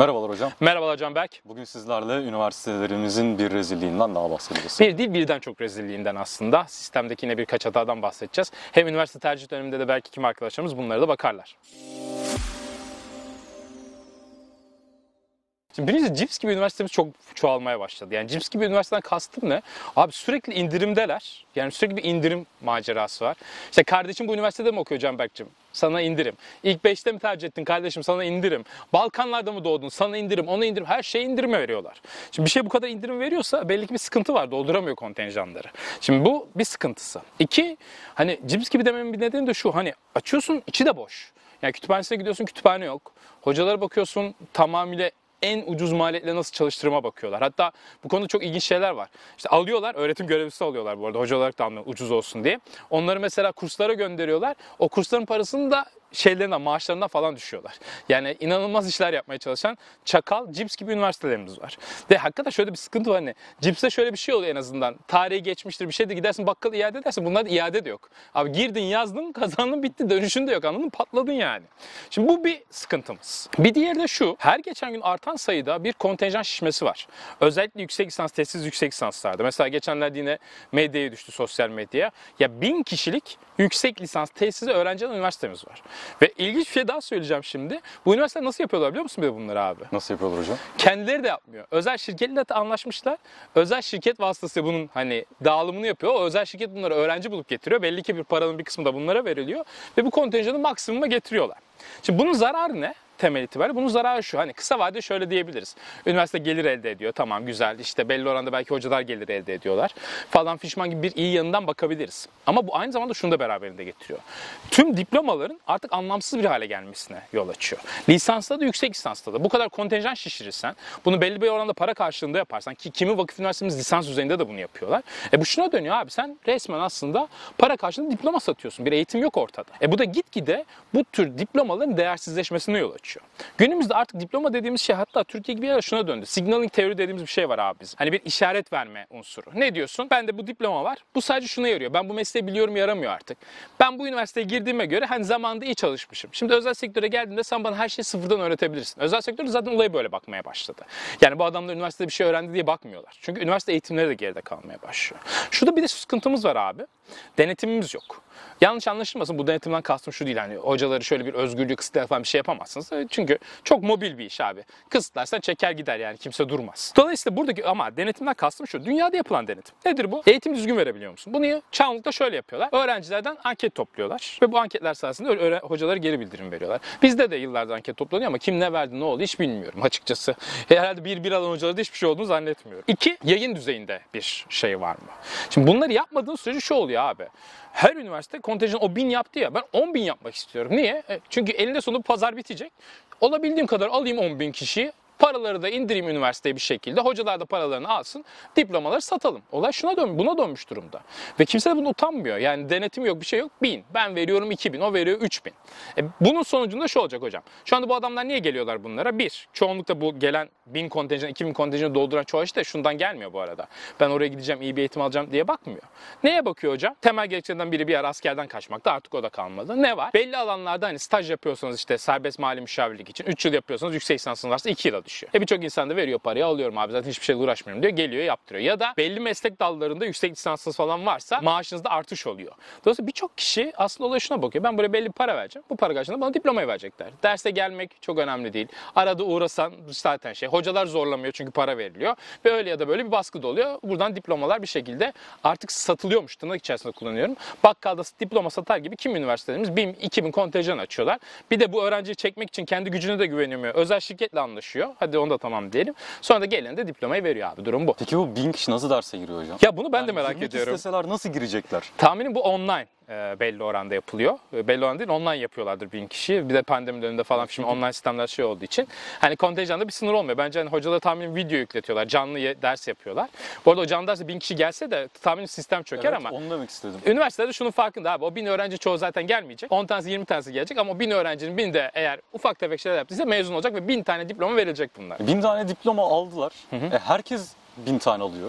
Merhabalar hocam. Merhabalar Canberk. Bugün sizlerle üniversitelerimizin bir rezilliğinden daha bahsedeceğiz. Bir değil birden çok rezilliğinden aslında. Sistemdeki yine birkaç hatadan bahsedeceğiz. Hem üniversite tercih döneminde de belki kim arkadaşlarımız bunlara da bakarlar. Şimdi birincisi CIPS gibi üniversitemiz çok çoğalmaya başladı. Yani CIPS gibi üniversiteden kastım ne? Abi sürekli indirimdeler. Yani sürekli bir indirim macerası var. İşte kardeşim bu üniversitede mi okuyor Canberk'cim? Sana indirim. İlk 5'te mi tercih ettin kardeşim? Sana indirim. Balkanlarda mı doğdun? Sana indirim, ona indirim. Her şeye indirime veriyorlar. Şimdi bir şey bu kadar indirim veriyorsa belli ki bir sıkıntı var. Dolduramıyor kontenjanları. Şimdi bu bir sıkıntısı. İki, hani CIPS gibi dememin bir nedeni de şu. Hani açıyorsun içi de boş. Yani kütüphanesine gidiyorsun kütüphane yok. Hocalara bakıyorsun tamamıyla en ucuz maliyetle nasıl çalıştırıma bakıyorlar. Hatta bu konuda çok ilginç şeyler var. İşte alıyorlar, öğretim görevlisi alıyorlar bu arada. Hoca olarak da almıyor ucuz olsun diye. Onları mesela kurslara gönderiyorlar. O kursların parasını da şeylerinden, maaşlarından falan düşüyorlar. Yani inanılmaz işler yapmaya çalışan çakal, CIPS gibi üniversitelerimiz var. Ve hakikaten şöyle bir sıkıntı var hani. CIPS'te şöyle bir şey oluyor en azından. Tarihi geçmiştir bir şey de gidersin bakkal iade edersin. Bunlarda iade de yok. Abi girdin, yazdın, kazandın, bitti. Dönüşün de yok anladın mı? Patladın yani. Şimdi bu bir sıkıntımız. Bir diğeri de şu. Her geçen gün artan sayıda bir kontenjan şişmesi var. Özellikle yüksek lisans, tesis yüksek lisanslarda. Mesela geçenlerde yine medyaya düştü, sosyal medyaya. Ya 1000 kişilik yüksek lisans tesisi öğrenci olan üniversitemiz var. Ve ilginç bir şey daha söyleyeceğim şimdi. Bu üniversiteler nasıl yapıyorlar biliyor musun bir de bunları abi? Nasıl yapıyorlar hocam? Kendileri de yapmıyor. Özel şirketle de anlaşmışlar. Özel şirket vasıtasıyla bunun hani dağılımını yapıyor. O özel şirket bunları öğrenci bulup getiriyor. Belli ki bir paranın bir kısmı da bunlara veriliyor. Ve bu kontenjanı maksimuma getiriyorlar. Şimdi bunun zararı ne? Temel itibariyle bunun zararı şu. Hani kısa vadede şöyle diyebiliriz. Üniversite gelir elde ediyor. Tamam güzel. İşte belli oranda belki hocalar gelir elde ediyorlar. Falan fişman gibi bir iyi yanından bakabiliriz. Ama bu aynı zamanda şunu da beraberinde getiriyor. Tüm diplomaların artık anlamsız bir hale gelmesine yol açıyor. Lisansta da yüksek lisansta da bu kadar kontenjan şişirirsen, bunu belli bir oranda para karşılığında yaparsan ki kimi vakıf üniversitemiz lisans düzeyinde de bunu yapıyorlar. Bu şuna dönüyor abi sen resmen aslında para karşılığında diploma satıyorsun. Bir eğitim yok ortada. Bu da gitgide bu tür diplomaların değersizleşmesine yol açıyor. Günümüzde artık diploma dediğimiz şey hatta Türkiye gibi yere şuna döndü. Signaling teori dediğimiz bir şey var abi bizim. Hani bir işaret verme unsuru. Ne diyorsun? Bende bu diploma var. Bu sadece şuna yarıyor. Ben bu mesleği biliyorum yaramıyor artık. Ben bu üniversiteye girdiğime göre hani zamanında iyi çalışmışım. Şimdi özel sektöre geldiğimde sen bana her şeyi sıfırdan öğretebilirsin. Özel sektör zaten olayı böyle bakmaya başladı. Yani bu adamlar üniversitede bir şey öğrendi diye bakmıyorlar. Çünkü üniversite eğitimleri de geride kalmaya başlıyor. Şurada bir de sıkıntımız var abi. Denetimimiz yok. Yanlış anlaşılmasın bu denetimden kastım şu değil hani hocaları şöyle bir özgürlüğü kısıtlayan falan bir şey yapamazsınız. Çünkü çok mobil bir iş abi. Kısıtlarsan çeker gider yani kimse durmaz. Dolayısıyla buradaki ama denetimden kastım şu. Dünyada yapılan denetim. Nedir bu? Eğitim düzgün verebiliyor musun? Bunu çoğunlukla şöyle yapıyorlar. Öğrencilerden anket topluyorlar ve bu anketler sayesinde hocalara geri bildirim veriyorlar. Bizde de yıllardır anket toplanıyor ama kim ne verdi ne oldu hiç bilmiyorum açıkçası. Herhalde bir alan hocalarda hiçbir şey olduğunu zannetmiyorum. İki, yayın düzeyinde bir şey var mı? Şimdi bunları yapmadığın sürece şu oluyor abi. Her üniversite kontenjan o 1000 yaptı ya ben 10.000 yapmak istiyorum. Niye? Çünkü elinde sonunda pazar bitecek. Olabildiğim kadar alayım 10.000 kişiyi. Paraları da indireyim üniversiteye bir şekilde. Hocalar da paralarını alsın. Diplomaları satalım. Olay buna dönmüş durumda. Ve kimse de bunu utanmıyor. Yani denetim yok bir şey yok. 1000. Ben veriyorum 2000. O veriyor 3000. Bunun sonucunda şu olacak hocam. Şu anda bu adamlar niye geliyorlar bunlara? Bir, çoğunlukla bu gelen 1000 kontenjan, 2000 kontenjanı dolduran çoğu işte şundan gelmiyor bu arada. Ben oraya gideceğim, iyi bir eğitim alacağım diye bakmıyor. Neye bakıyor hocam? Temel gerekçelerden biri bir ara askerden kaçmakta. Artık o da kalmadı. Ne var? Belli alanlarda hani staj yapıyorsanız işte serbest mali müşavirlik için 3 yıl yapıyorsanız yüksek lisansınız varsa 2 yıla düşüyor. Birçok insan da veriyor parayı alıyorum abi zaten hiçbir şeyle uğraşmıyorum diyor. Geliyor yaptırıyor. Ya da belli meslek dallarında yüksek lisansınız falan varsa maaşınızda artış oluyor. Dolayısıyla birçok kişi aslında olaya şuna bakıyor. Ben buraya belli bir para vereceğim. Bu para karşılığında bana diplomayı verecekler. Derse gelmek çok önemli değil. Arada uğrasan zaten hocalar zorlamıyor çünkü para veriliyor. Ve öyle ya da böyle bir baskı da oluyor. Buradan diplomalar bir şekilde artık satılıyormuş. Tırnak içerisinde kullanıyorum. Bakkalda diploma satar gibi kim üniversitelerimiz 1000, 2000 kontenjan açıyorlar. Bir de bu öğrenciyi çekmek için kendi gücüne de güvenemiyor. Özel şirketle anlaşıyor. Hadi onu da tamam diyelim. Sonra da gelen de diplomayı veriyor abi. Durum bu. Peki bu 1000 kişi nasıl derse giriyor hocam? Ya bunu ben de Yani merak girmek ediyorum. isteseler nasıl girecekler? Tahminim bu online belli oranda yapılıyor. Belli oranda değil online yapıyorlardır 1000 kişi. Bir de pandemi döneminde falan şimdi online sistemler olduğu için. Hani kontenjanda bir sınır olmuyor. Bence hani hocalar tahminim video yükletiyorlar. Canlı ders yapıyorlar. Bu arada o canlı derse 1000 kişi gelse de tahminim sistem çöker Evet, ama. onu demek istedim. Üniversitede şunun farkında abi. O 1000 öğrenci çoğu zaten gelmeyecek. 10 tanesi 20 tanesi gelecek ama o 1000 öğrencinin 1000 de eğer ufak tefek şeyler yaptıysa mezun olacak ve 1000 tane diploma verilecek bunlar. 1000 tane diploma aldılar. Herkes 1000 tane alıyor.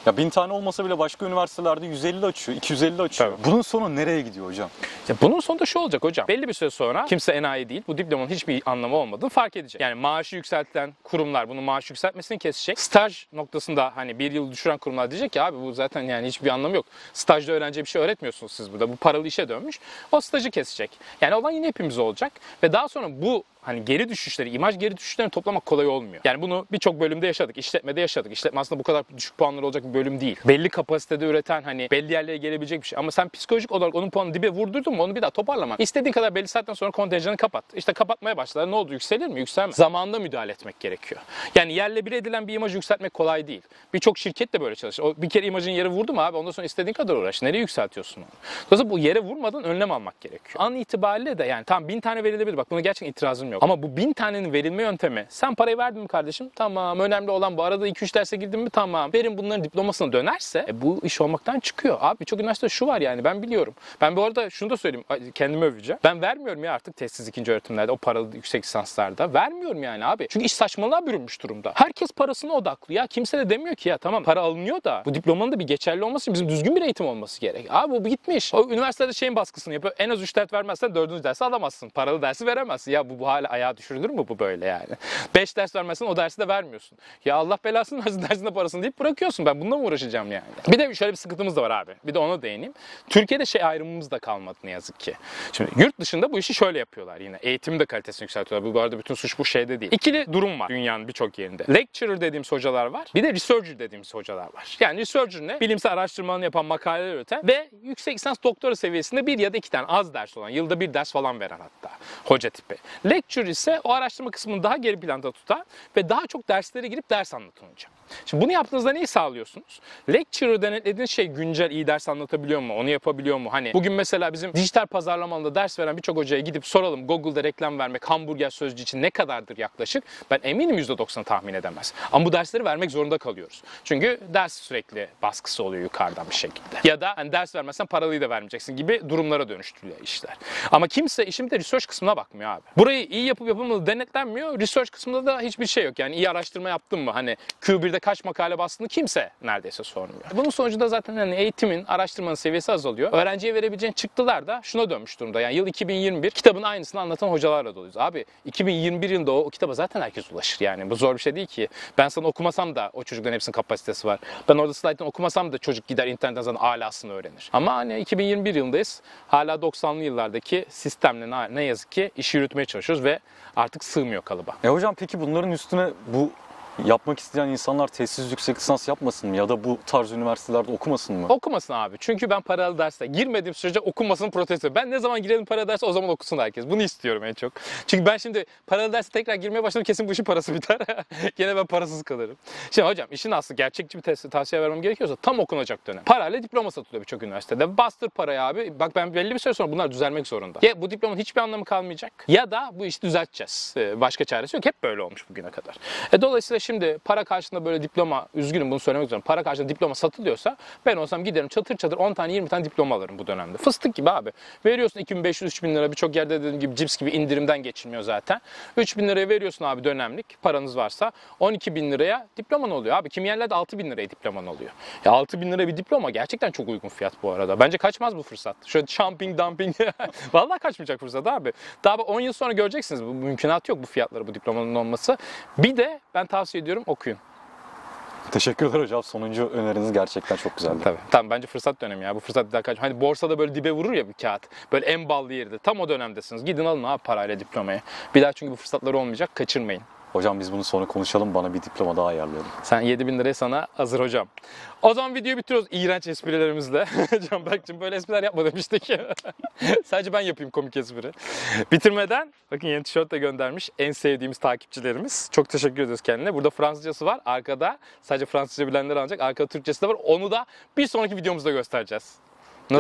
Ya 1000 tane olmasa bile başka üniversitelerde 150 açıyor, 250 açıyor. Tabii. Bunun sonu nereye gidiyor hocam? Ya bunun sonunda şu olacak hocam. Belli bir süre sonra kimse enayi değil. Bu diplomanın hiçbir anlamı olmadığını fark edecek. Yani maaşı yükseltilen kurumlar bunun maaş yükseltmesini kesecek. Staj noktasında hani bir yıl düşüren kurumlar diyecek ki abi bu zaten yani hiçbir anlamı yok. Stajda öğrenciye bir şey öğretmiyorsunuz siz burada. Bu paralı işe dönmüş. O stajı kesecek. Yani olan yine hepimiz olacak. Ve daha sonra bu hani geri düşüşleri, imaj geri düşüşlerini toplamak kolay olmuyor. Yani bunu birçok bölümde yaşadık. İşletmede yaşadık. İşletme aslında bu kadar düşük puanları olacak bir bölüm değil. Belli kapasitede üreten hani belli yerlere gelebilecek bir şey. Ama sen psikolojik olarak onun puanını dibe vurdurdun mu onu bir daha toparlaman. İstediğin kadar belli saatten sonra kontenjanı kapat. İşte kapatmaya başlar. Ne oldu? Yükselir mi? Yükselmez. Zamanında müdahale etmek gerekiyor. Yani yerle bir edilen bir imajı yükseltmek kolay değil. Birçok şirket de böyle çalışır. O bir kere imajın yere vurdu mu abi ondan sonra istediğin kadar uğraş. Nereye yükseltiyorsun onu? Dolayısıyla bu yere vurmadan önlem almak gerekiyor. An itibariyle de yani tamam 1000 tane verilebilir. Bak buna gerçekten itirazım yok. Ama bu 1000 tanenin verilme yöntemi. Sen parayı verdin mi kardeşim? Tamam. Önemli olan bu. Arada 2-3 derse girdin mi? Tamam. Verin bunların diplomasına dönerse bu iş olmaktan çıkıyor. Abi birçok üniversitede şu var yani ben biliyorum. Ben bu arada şunu da söyleyeyim. Kendimi öveceğim. Ben vermiyorum ya artık testsiz ikinci öğretimlerde o paralı yüksek lisanslarda. Vermiyorum yani abi. Çünkü iş saçmalığa bürünmüş durumda. Herkes parasına odaklı ya. Kimse de demiyor ki ya tamam para alınıyor da bu diplomanın da bir geçerli olması için bizim düzgün bir eğitim olması gerek. Abi bu gitmiş. O üniversitede şeyin baskısını yapıyor. En az 3 ders vermezsen 4. dersi alamazsın. Paralı dersi veremezsin. Ya bu hala ayağa düşürülür mü bu böyle yani? 5 ders vermezsen o dersi de vermiyorsun. Ya Allah belasını versin dersinde parasını deyip bırakıyorsun. Ben bununla mı uğraşacağım yani? Bir de şöyle bir sıkıntımız da var abi. Bir de ona değineyim. Türkiye'de şey ayrımımız da kalmadı ne yazık ki. Şimdi yurt dışında bu işi şöyle yapıyorlar yine. Eğitimin de kalitesini yükseltiyorlar. Bu arada bütün suç bu şeyde değil. İkili durum var dünyanın birçok yerinde. Lecturer dediğimiz hocalar var. Bir de researcher dediğimiz hocalar var. Yani researcher ne? Bilimsel araştırmalarını yapan, makaleler üreten ve yüksek lisans doktora seviyesinde bir ya da iki tane az ders olan, yılda bir ders falan veren hatta hoca tipi. Lecturer ise o araştırma kısmını daha geri planda tutan ve daha çok derslere girip ders anlatan hoca. Şimdi bunu yaptığınızda neyi sağlıyorsunuz? Lecturer denetlediğiniz şey güncel, iyi ders anlatabiliyor mu? Onu yapabiliyor mu? Hani bugün mesela bizim dijital pazarlama alanında ders veren birçok hocaya gidip soralım Google'da reklam vermek hamburger sözcüğü için ne kadardır yaklaşık? Ben eminim %90 tahmin edemez. Ama bu dersleri vermek zorunda kalıyoruz. Çünkü ders sürekli baskısı oluyor yukarıdan bir şekilde. Ya da hani ders vermezsen paralıyı da vermeyeceksin gibi durumlara dönüştürüyor işler. Ama kimse işin bir de research kısmına bakmıyor abi. Burayı iyi yapıp yapılmadığı denetlenmiyor. Research kısmında da hiçbir şey yok. Yani iyi araştırma yaptın mı? Hani Q1'de kaç makale bastığını kimse neredeyse sormuyor. Bunun sonucunda zaten hani eğitimin, araştırmanın seviyesi azalıyor. Öğrenciye verebileceğin çıktılar da şuna dönmüş durumda. Yani yıl 2021 kitabın aynısını anlatan hocalarla doluyuz. Abi 2021 yılında o kitaba zaten herkes ulaşır. Yani bu zor bir şey değil ki. Ben sana okumasam da o çocukların hepsinin kapasitesi var. Ben orada slayttan okumasam da çocuk gider internetten zaten alasını öğrenir. Ama hani 2021 yılındayız. Hala 90'lı yıllardaki sistemle ne yazık ki işi yürütmeye çalışıyoruz ve artık sığmıyor kalıba. Hocam peki bunların üstüne bu yapmak isteyen insanlar testsiz yüksek lisans yapmasın mı? Ya da bu tarz üniversitelerde okumasın mı? Okumasın abi. Çünkü ben paralı derse girmediğim sürece okunmasını protesto. Ben ne zaman girelim paralı derse o zaman okusun herkes. Bunu istiyorum en çok. Çünkü ben şimdi paralı derse tekrar girmeye başladım kesin bu işin parası biter. Gene ben parasız kalırım. Şimdi hocam işin aslı gerçekçi bir tavsiye vermem gerekiyorsa tam okunacak dönem. Parayla diploma satılıyor birçok üniversitede. Bastır parayı abi. Bak ben belli bir süre sonra bunlar düzelmek zorunda. Ya bu diplomanın hiçbir anlamı kalmayacak ya da bu işi düzelteceğiz. Başka çaresi yok. Hep böyle olmuş bugüne kadar. Dolayısıyla şimdi para karşılığında böyle diploma, üzgünüm bunu söylemek zorundayım. Para karşılığında diploma satılıyorsa ben olsam giderim çatır çatır 10 tane 20 tane diploma alırım bu dönemde. Fıstık gibi abi. Veriyorsun 2500-3000 lira birçok yerde dediğim gibi cips gibi indirimden geçilmiyor zaten. 3000 liraya veriyorsun abi dönemlik paranız varsa 12.000 liraya diploman oluyor abi. Kimi yerlerde 6.000 liraya diploman oluyor. Ya 6.000 liraya bir diploma gerçekten çok uygun fiyat bu arada. Bence kaçmaz bu fırsat. Şöyle jumping dumping vallahi kaçmayacak fırsat abi. Daha 10 yıl sonra göreceksiniz bu mümkünatı yok bu fiyatları bu diplomanın olması. Bir de ben tavsiye ediyorum okuyun. Teşekkürler hocam. Sonuncu öneriniz gerçekten çok güzeldi. Tabii. Tamam bence fırsat dönemi ya. Bu fırsat bir daha kaç. Hani borsada böyle dibe vurur ya bir kağıt. Böyle en ballı yerde. Tam o dönemdesiniz. Gidin alın abi parayla diplomayı. Bir daha çünkü bu fırsatlar olmayacak. Kaçırmayın. Hocam biz bunu sonra konuşalım. Bana bir diploma daha ayarlayalım. Sen 7.000 liraya sana hazır hocam. O zaman videoyu bitiriyoruz iğrenç esprilerimizle. Canberk'cim böyle espriler yapma demiştik. Sadece ben yapayım komik espri. Bitirmeden bakın yeni tişört de göndermiş en sevdiğimiz takipçilerimiz. Çok teşekkür ediyoruz kendine. Burada Fransızcası var. Arkada sadece Fransızca bilenler alacak. Arkada Türkçesi de var. Onu da bir sonraki videomuzda göstereceğiz. Nasıl?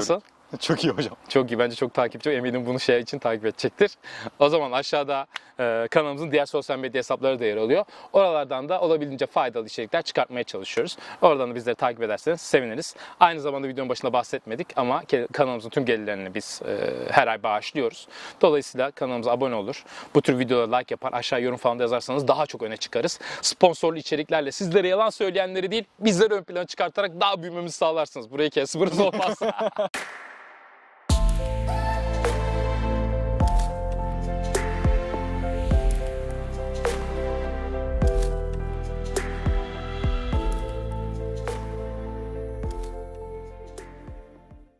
Çok iyi hocam. Çok iyi. Bence çok takipçi. Eminim bunu şey için takip edecektir. O zaman aşağıda kanalımızın diğer sosyal medya hesapları da yer alıyor. Oralardan da olabildiğince faydalı içerikler çıkartmaya çalışıyoruz. Oradan da bizleri takip ederseniz seviniriz. Aynı zamanda videonun başında bahsetmedik ama kanalımızın tüm gelirlerini biz her ay bağışlıyoruz. Dolayısıyla kanalımıza abone olur. Bu tür videolara like yapar. Aşağı yorum falan da yazarsanız daha çok öne çıkarız. Sponsorlu içeriklerle sizlere yalan söyleyenleri değil, bizleri ön plana çıkartarak daha büyümemizi sağlarsınız. Burayı kes, burası olmaz.